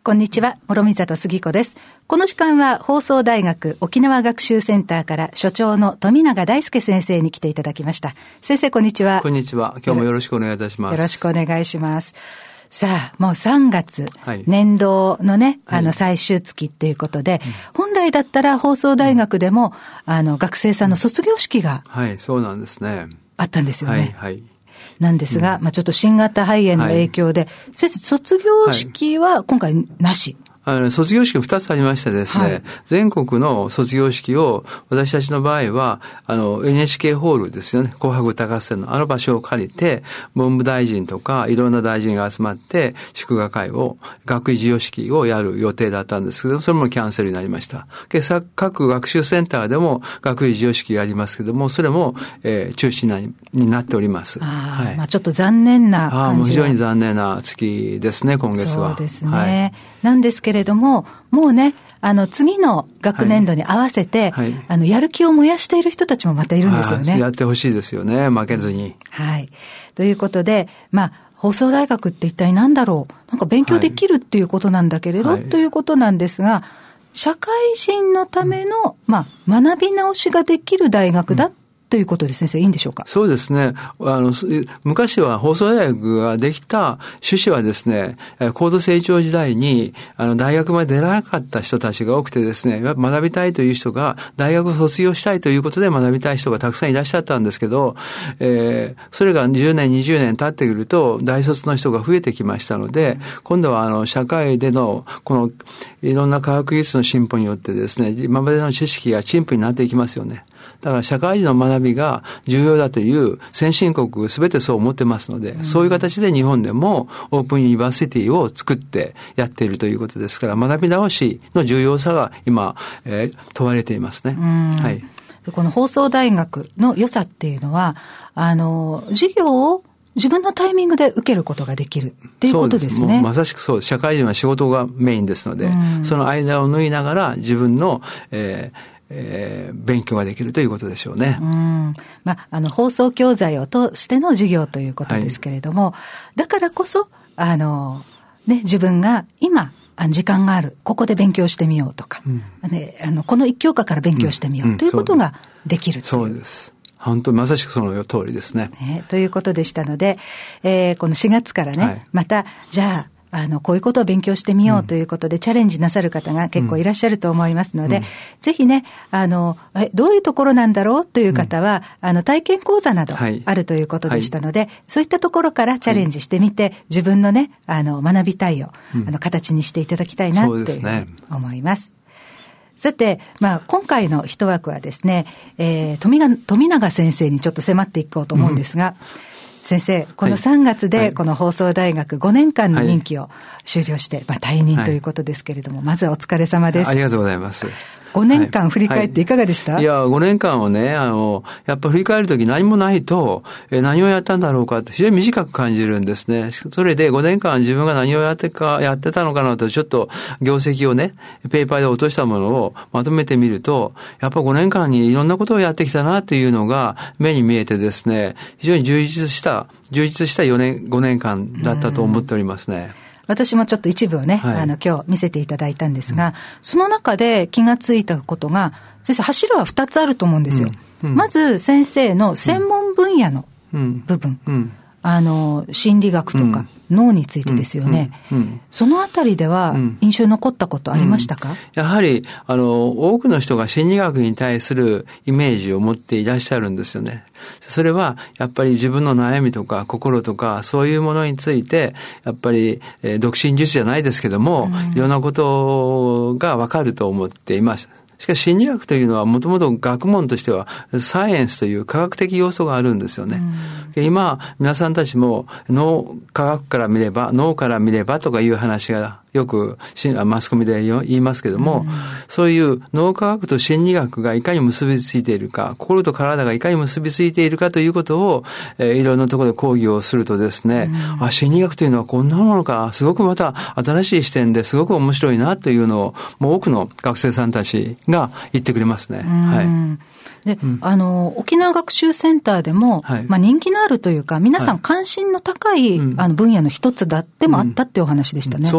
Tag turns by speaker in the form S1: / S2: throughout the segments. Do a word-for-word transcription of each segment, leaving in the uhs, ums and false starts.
S1: こんにちは、諸見里杉子です。この時間は放送大学沖縄学習センターから所長の富永大輔先生に来ていただきました。先生、こんにちは。
S2: こんにちは。今日もよろしくお願いいたします。
S1: よろしくお願いします。さあ、もうさんがつ、
S2: はい、
S1: 年度のね、あの最終月っていうことで、はい、本来だったら放送大学でも、うん、あの学生さんの卒業式が、
S2: はい、そうなんですね。
S1: あったんですよね。
S2: はい、はい。
S1: なんですが、うん、まあちょっと新型肺炎の影響で、はい、先生、卒業式は今回なし。
S2: あの卒業式ふたつありましてですね、はい、全国の卒業式を私たちの場合はあの エヌエイチケー ホールですよね、紅白歌合戦のあの場所を借りて文部大臣とかいろんな大臣が集まって祝賀会を学位授与式をやる予定だったんですけど、それもキャンセルになりました。各学習センターでも学位授与式がありますけども、それも、えー、中止なになっております。
S1: あ、はい、まあ、ちょっと残念な感じは。
S2: あ、もう非常に残念な月ですね、今月は。
S1: そうですね、はい、なんですけれども、もうね、あの次の学年度に合わせて、はいはい、あのやる気を燃やしている人たちもまたいるんですよね。
S2: やってほしいですよね、負けずに。
S1: はい。ということで、まあ放送大学って一体何だろう、なんか勉強できるっていうことなんだけれど、はい、ということなんですが、社会人のための、まあ、学び直しができる大学だ、うんということで先生、いいんでしょうか。
S2: そうですね。あの、昔は放送大学ができた趣旨はですね、高度成長時代に、あの、大学まで出なかった人たちが多くてですね、学びたいという人が、大学を卒業したいということで学びたい人がたくさんいらっしゃったんですけど、えー、それがじゅうねん、にじゅうねん経ってくると、大卒の人が増えてきましたので、今度はあの、社会での、この、いろんな科学技術の進歩によってですね、今までの知識が陳腐になっていきますよね。だから社会人の学びが重要だという先進国すべてそう思ってますので、うん、そういう形で日本でもオープンユニバーシティを作ってやっているということですから、学び直しの重要さが今、えー、問われていますね。
S1: うん、はい。この放送大学の良さっていうのは、あの、授業を自分のタイミングで受けることができるっていうことですね。そうです。もう
S2: まさしくそう。社会人は仕事がメインですので、うん、その間を縫いながら自分の、えーえー、勉強ができるということでしょうね。
S1: うん、まあ、あの放送教材を通しての授業ということですけれども、はい、だからこそあの、ね、自分が今あの時間がある、ここで勉強してみようとか、うんね、あのこの一教科から勉強してみようということができるという、うん、
S2: そうです。本当にまさしくその通りですね。
S1: ね、ということでしたので、えー、このしがつからね、はい、またじゃああの、こういうことを勉強してみようということで、うん、チャレンジなさる方が結構いらっしゃると思いますので、うん、ぜひね、あの、え、どういうところなんだろうという方は、うん、あの、体験講座などあるということでしたので、はい、そういったところからチャレンジしてみて、はい、自分のね、あの、学びたいを、うん、あの、形にしていただきたいなというふうに思います。さて、まあ、今回の一枠はですね、えー、富が、富永先生にちょっと迫っていこうと思うんですが、うん先生、このさんがつでこの放送大学ごねんかんの任期を終了して、まあ、退任ということですけれども、まずはお疲れ様です。
S2: ありがとうございます。
S1: ごねんかん振り返っていかがでした？
S2: はいはい、いや、ごねんかんをね、あの、やっぱ振り返るとき何もないと、え何をやったんだろうかって非常に短く感じるんですね。それでごねんかん自分が何をやってか、やってたのかなと、ちょっと業績をね、ペーパーで落としたものをまとめてみると、やっぱごねんかんにいろんなことをやってきたなというのが目に見えてですね、非常に充実した、充実したよねん、ごねんかんだったと思っておりますね。
S1: 私もちょっと一部をね、はい、あの今日見せていただいたんですが、うん、その中で気がついたことが、先生柱はふたつあると思うんですよ。うんうん、まず先生の専門分野の部分、うんうん、あの心理学とか脳についてですよね。うんうんうん、そのあたりでは印象に残ったことありましたか？うん、
S2: やはりあの多くの人が心理学に対するイメージを持っていらっしゃるんですよね。それはやっぱり自分の悩みとか心とかそういうものについてやっぱり、えー、独身術じゃないですけども、うん、いろんなことがわかると思っています。しかし心理学というのはもともと学問としてはサイエンスという科学的要素があるんですよね。うん、今皆さんたちも脳科学から見れば脳から見ればとかいう話がよくマスコミで言いますけども、うん、そういう脳科学と心理学がいかに結びついているか、心と体がいかに結びついているかということを、えー、いろんなところで講義をするとですね、うん、あ、心理学というのはこんなものか、すごくまた新しい視点ですごく面白いなというのをもう多くの学生さんたちが言ってくれますね。うん、はい。
S1: で、うん、あの沖縄学習センターでも、はい、まあ、人気のあるというか皆さん関心の高い、はい、あの分野の一つだってもあったっていうお話でしたね。
S2: うん、そうですね。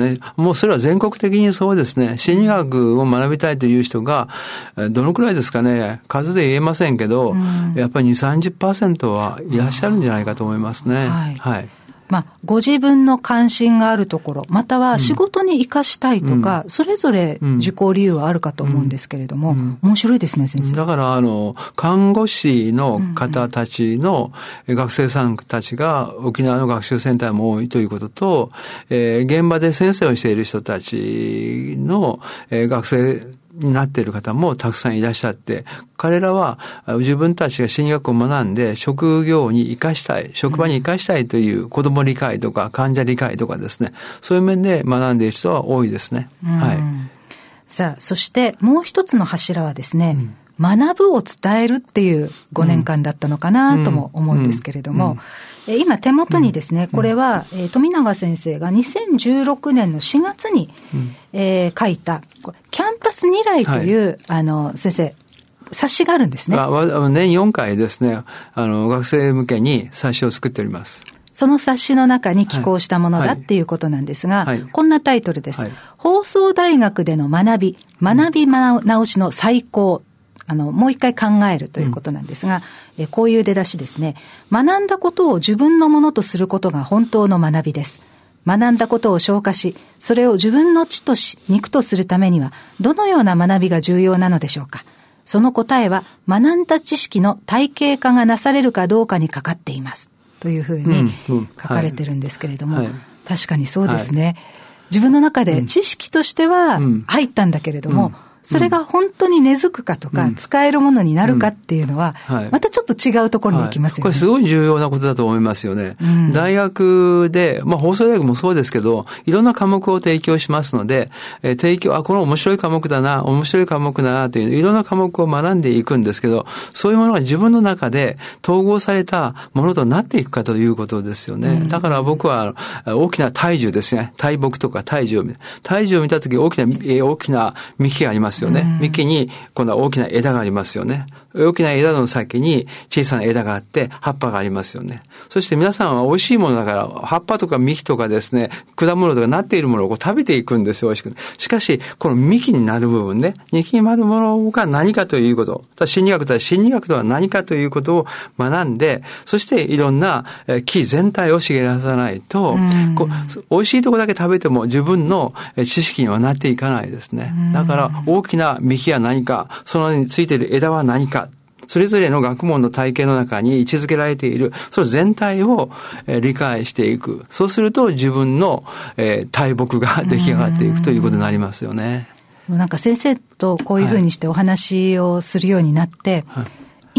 S2: ね。もうそれは全国的にそうですね。心理学を学びたいという人が、どのくらいですかね。数で言えませんけど、うん、やっぱりにじゅう、さんじゅっパーセント はいらっしゃるんじゃないかと思いますね。はい。はい。
S1: まあ、ご自分の関心があるところ、または仕事に生かしたいとか、うん、それぞれ受講理由はあるかと思うんですけれども、うんうん、面白いですね、先生。
S2: だから、あの、看護師の方たちの学生さんたちが沖縄の学習センターも多いということと、えー、現場で先生をしている人たちの、えー、学生になっている方もたくさんいらっしゃって、彼らは自分たちが心理学を学んで職業に生かしたい、職場に生かしたいという子ども理解とか患者理解とかですね、そういう面で学んでいる人は多いですね。はい。
S1: さあ、そしてもう一つの柱はですね、うん学ぶを伝えるっていうごねんかんだったのかなとも思うんですけれども、うんうん、今手元にですね、これは、えー、富永先生がにせんじゅうろくねんのしがつに、うんえー、書いたキャンパスに来という、はい、あの先生冊子があるんですね。
S2: 年よんかいですね、あの学生向けに冊子を作っております。
S1: その冊子の中に寄稿したものだっていうことなんですが、はいはい、こんなタイトルです、はい、放送大学での学び学び直しの再考、あの、もう一回考えるということなんですが、うん、えこういう出だしですね。学んだことを自分のものとすることが本当の学びです。学んだことを消化し、それを自分の血とし、肉とするためには、どのような学びが重要なのでしょうか。その答えは、学んだ知識の体系化がなされるかどうかにかかっています。というふうに書かれてるんですけれども、うんうんはい、確かにそうですね、はい。自分の中で知識としては入ったんだけれども、うんうんそれが本当に根付くかとか、うん、使えるものになるかっていうのは、うんはい、またちょっと違うところに行きますよね、
S2: はい。これすごい重要なことだと思いますよね。うん、大学で、まあ放送大学もそうですけど、いろんな科目を提供しますので、えー、提供、あ、この面白い科目だな、面白い科目だなという、いろんな科目を学んでいくんですけど、そういうものが自分の中で統合されたものとなっていくかということですよね。うん、だから僕は大きな大樹ですね。大木とか大樹を見、大樹を見たとき大きな、えー、大きな幹がありますよね。うん、幹に今度は大きな枝がありますよね。大きな枝の先に小さな枝があって葉っぱがありますよね。そして皆さんは美味しいものだから葉っぱとか幹とかですね、果物とかなっているものをこう食べていくんですよ、美味しく。しかしこの幹になる部分ね、幹になるものが何かということ、心理学とは心理学とは何かということを学んで、そしていろんな木全体を茂らさないと、こう美味しいところだけ食べても自分の知識にはなっていかないですね。だから大きな幹は何か、そのについている枝は何か、それぞれの学問の体系の中に位置づけられている、その全体を理解していく。そうすると自分の大木が出来上がっていくということになりますよね。
S1: なんか先生とこういうふうにしてお話をするようになって、はい、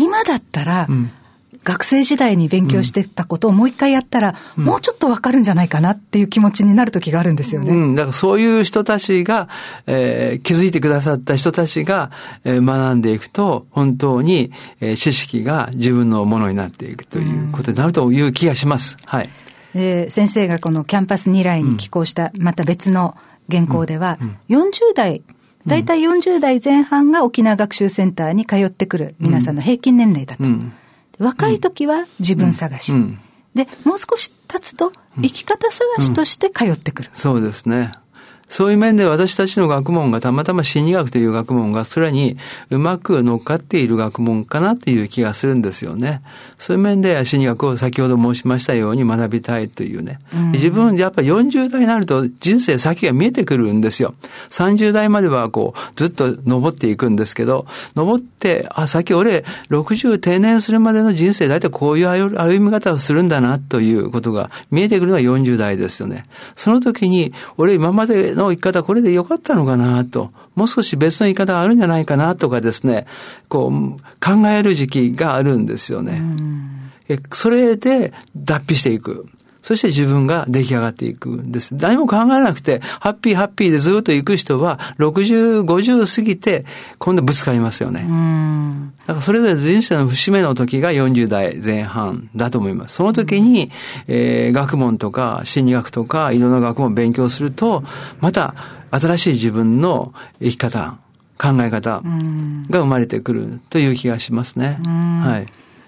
S1: 今だったら、うん学生時代に勉強してたことをもう一回やったら、うん、もうちょっとわかるんじゃないかなっていう気持ちになる時があるんですよね。
S2: うん、だからそういう人たちが、えー、気づいてくださった人たちが、えー、学んでいくと、本当に、えー、知識が自分のものになっていくということになるという気がします。はい。
S1: で、先生がこのキャンパスに来に寄稿した、また別の原稿では、うんうん、よんじゅう代、だいたいよんじゅう代前半が沖縄学習センターに通ってくる皆さんの平均年齢だと。うんうん若い時は自分探し、うんうん、でもう少し経つと生き方探しとして通ってくる、
S2: うんうん、そうですね。そういう面で私たちの学問がたまたま心理学という学問がそれにうまく乗っかっている学問かなっていう気がするんですよね。そういう面で心理学を先ほど申しましたように学びたいというね。うん、自分やっぱりよんじゅう代になると人生先が見えてくるんですよ。さんじゅう代まではこうずっと登っていくんですけど、登って、あ、先俺ろくじゅう定年するまでの人生だいたいこういう歩み方をするんだなということが見えてくるのはよんじゅう代ですよね。その時に俺今までの生き方これで良かったのかなと、もう少し別の生き方があるんじゃないかなとかですね、こう考える時期があるんですよね。えそれで脱皮していく。そして自分が出来上がっていくんです。何も考えなくてハッピーハッピーでずっと行く人はろくじゅう、ごじゅう過ぎて今度ぶつかりますよね。うんだからそれぞれ人生の節目の時がよんじゅう代前半だと思います。その時に、えー、学問とか心理学とかいろんな学問を勉強するとまた新しい自分の生き方、考え方が生まれてくるという気がしますね。はい。
S1: あ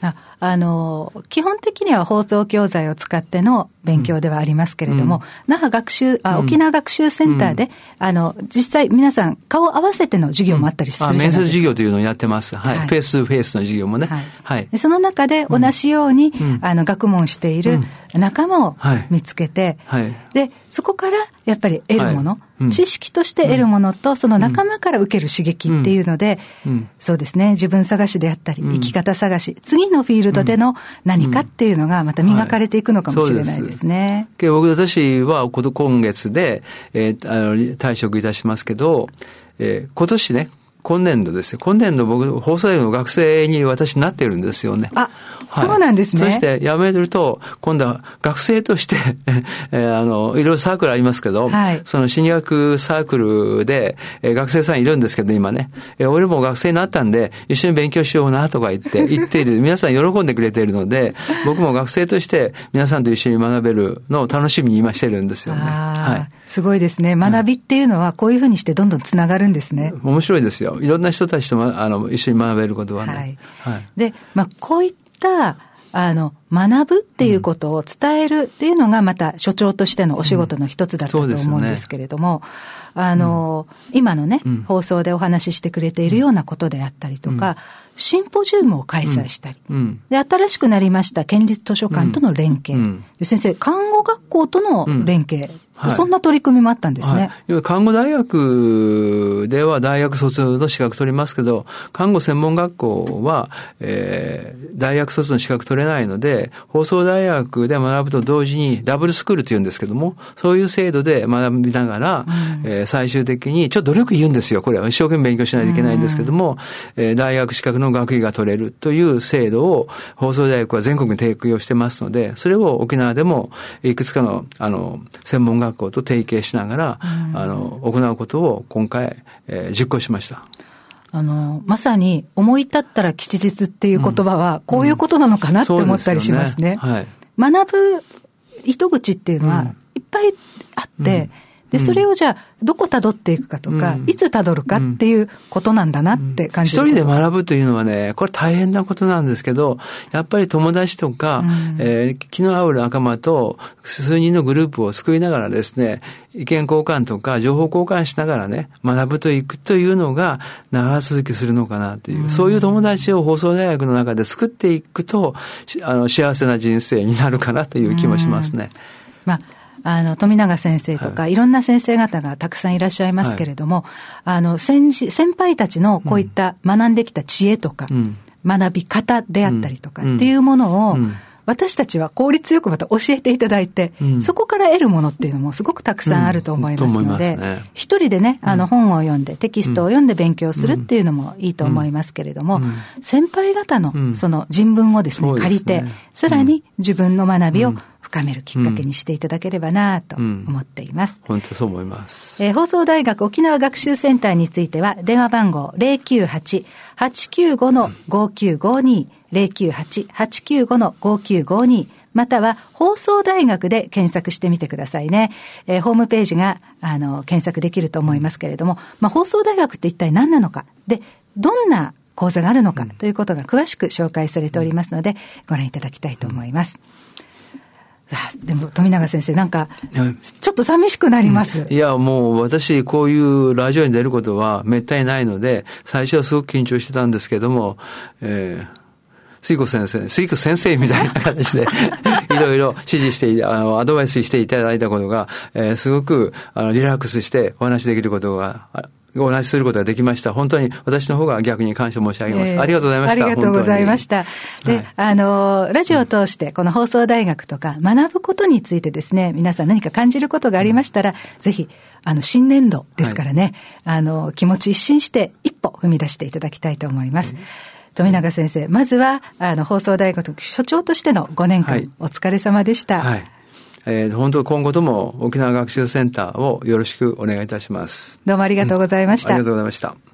S1: あの、基本的には放送教材を使っての勉強ではありますけれども、うん、那覇学習、あ、沖縄学習センターで、うん、あの、実際皆さん顔を合わせての授業もあったりするじゃないですか。
S2: うん、あ、面接授業というのをやってます。はい。はい、フェイスフェイスの授業もね。はい。はい、
S1: でその中で同じように、うん、あの、学問している仲間を見つけて、はいはい、で、そこからやっぱり得るもの、はいうん、知識として得るものと、その仲間から受ける刺激っていうので、うんうん、そうですね、自分探しであったり、生き方探し、次のフィールドでの何かっていうのがまた磨かれていくのかもしれないですね。
S2: はい、僕、私は今月で、えー、あの退職いたしますけど、えー、今年ね、今年度ですよ。今年度僕、放送大学の学生に私なってるんですよね。
S1: あ、はい、そうなんですね。
S2: そして辞めると、今度は学生として、えー、あの、いろいろサークルありますけど、はい、その心理学サークルで、えー、学生さんいるんですけど、今ね、えー、俺も学生になったんで、一緒に勉強しようなとか言って、言っている。皆さん喜んでくれているので、僕も学生として皆さんと一緒に学べるのを楽しみに今してるんですよね。
S1: はい。すごいですね。学びっていうのはこういうふうにしてどんどんつながるんですね。
S2: 面白いですよ。いろんな人たちともあの一緒に学べることはね。
S1: はい。はい、で、まあ、こういったあの学ぶっていうことを伝えるっていうのがまた所長としてのお仕事の一つだったと思うんですけれども、うん、あの、うん、今のね、うん、放送でお話ししてくれているようなことであったりとか、うん、シンポジウムを開催したり、うん、で新しくなりました県立図書館との連携、うん、で先生看護学校との連携、うんはい、そんな取り組みもあったんですね。
S2: はい、看護大学では大学卒の資格取りますけど、看護専門学校は、えー、大学卒の資格取れないので、放送大学で学ぶと同時にダブルスクールというんですけども、そういう制度で学びながら、うんえー、最終的にちょっと努力言うんですよ。これは一生懸命勉強しないといけないんですけども、うんえー、大学資格の学位が取れるという制度を放送大学は全国に提供してますので、それを沖縄でもいくつかのあの専門学校と提携しながら、うん、あの行うことを今回、えー、実行しました。
S1: あのまさに思い立ったら吉日っていう言葉はこういうことなのかなって思ったりしますね。うんうん、すねはい、学ぶ糸口っていうのはいっぱいあって、うんで、それをじゃあ、どこ辿っていくかとか、うん、いつ辿るかっていうことなんだなって感じる、うん。
S2: 一人で学ぶというのはね、これ大変なことなんですけど、やっぱり友達とか、うんえー、気の合う仲間と数人のグループを作りながらですね、意見交換とか情報交換しながらね、学ぶといくというのが長続きするのかなという、うん、そういう友達を放送大学の中で作っていくと、あの、幸せな人生になるかなという気もしますね。
S1: うん、まああの、富永先生とか、はい、いろんな先生方がたくさんいらっしゃいますけれども、はい、あの、先、先輩たちのこういった学んできた知恵とか、うん、学び方であったりとかっていうものを、うんうん私たちは効率よくまた教えていただいて、うん、そこから得るものっていうのもすごくたくさんあると思いますので、うんね、一人でね、あの本を読んで、テキストを読んで勉強するっていうのもいいと思いますけれども、うんうん、先輩方のその人文をですね、うん、借りて、さらに自分の学びを深めるきっかけにしていただければなと思っています。
S2: うんうん、本当そう思います。
S1: えー、放送大学沖縄学習センターについては、電話番号 ゼロきゅうはち はちきゅうご ごきゅうごに ゼロきゅうはち はちきゅうご ごきゅうごにまたは放送大学で検索してみてくださいね。えー、ホームページがあの検索できると思いますけれども、まあ、放送大学って一体何なのかでどんな講座があるのかということが詳しく紹介されておりますのでご覧いただきたいと思います。でも富永先生なんかちょっと寂しくなります、
S2: うん、いやもう私こういうラジオに出ることはめったにないので最初はすごく緊張してたんですけども、えー水子先生、水子先生みたいな形でいろいろ指示して、あの、アドバイスしていただいたことが、えー、すごく、あの、リラックスしてお話しできることが、お話しすることができました。本当に私の方が逆に感謝申し上げます。えー、ありがとうございました。
S1: ありがとうございました。で、はい、あの、ラジオを通して、この放送大学とか学ぶことについてですね、皆さん何か感じることがありましたら、うん、ぜひ、あの、新年度ですからね、はい、あの、気持ち一新して一歩踏み出していただきたいと思います。うん富永先生、まずはあの放送大学所長としてのごねんかん、はい、お疲れ様でした。
S2: はい。えー、本当今後とも沖縄学習センターをよろしくお願いいたします。
S1: どうもありがとうございました。
S2: うん、ありがとうございました。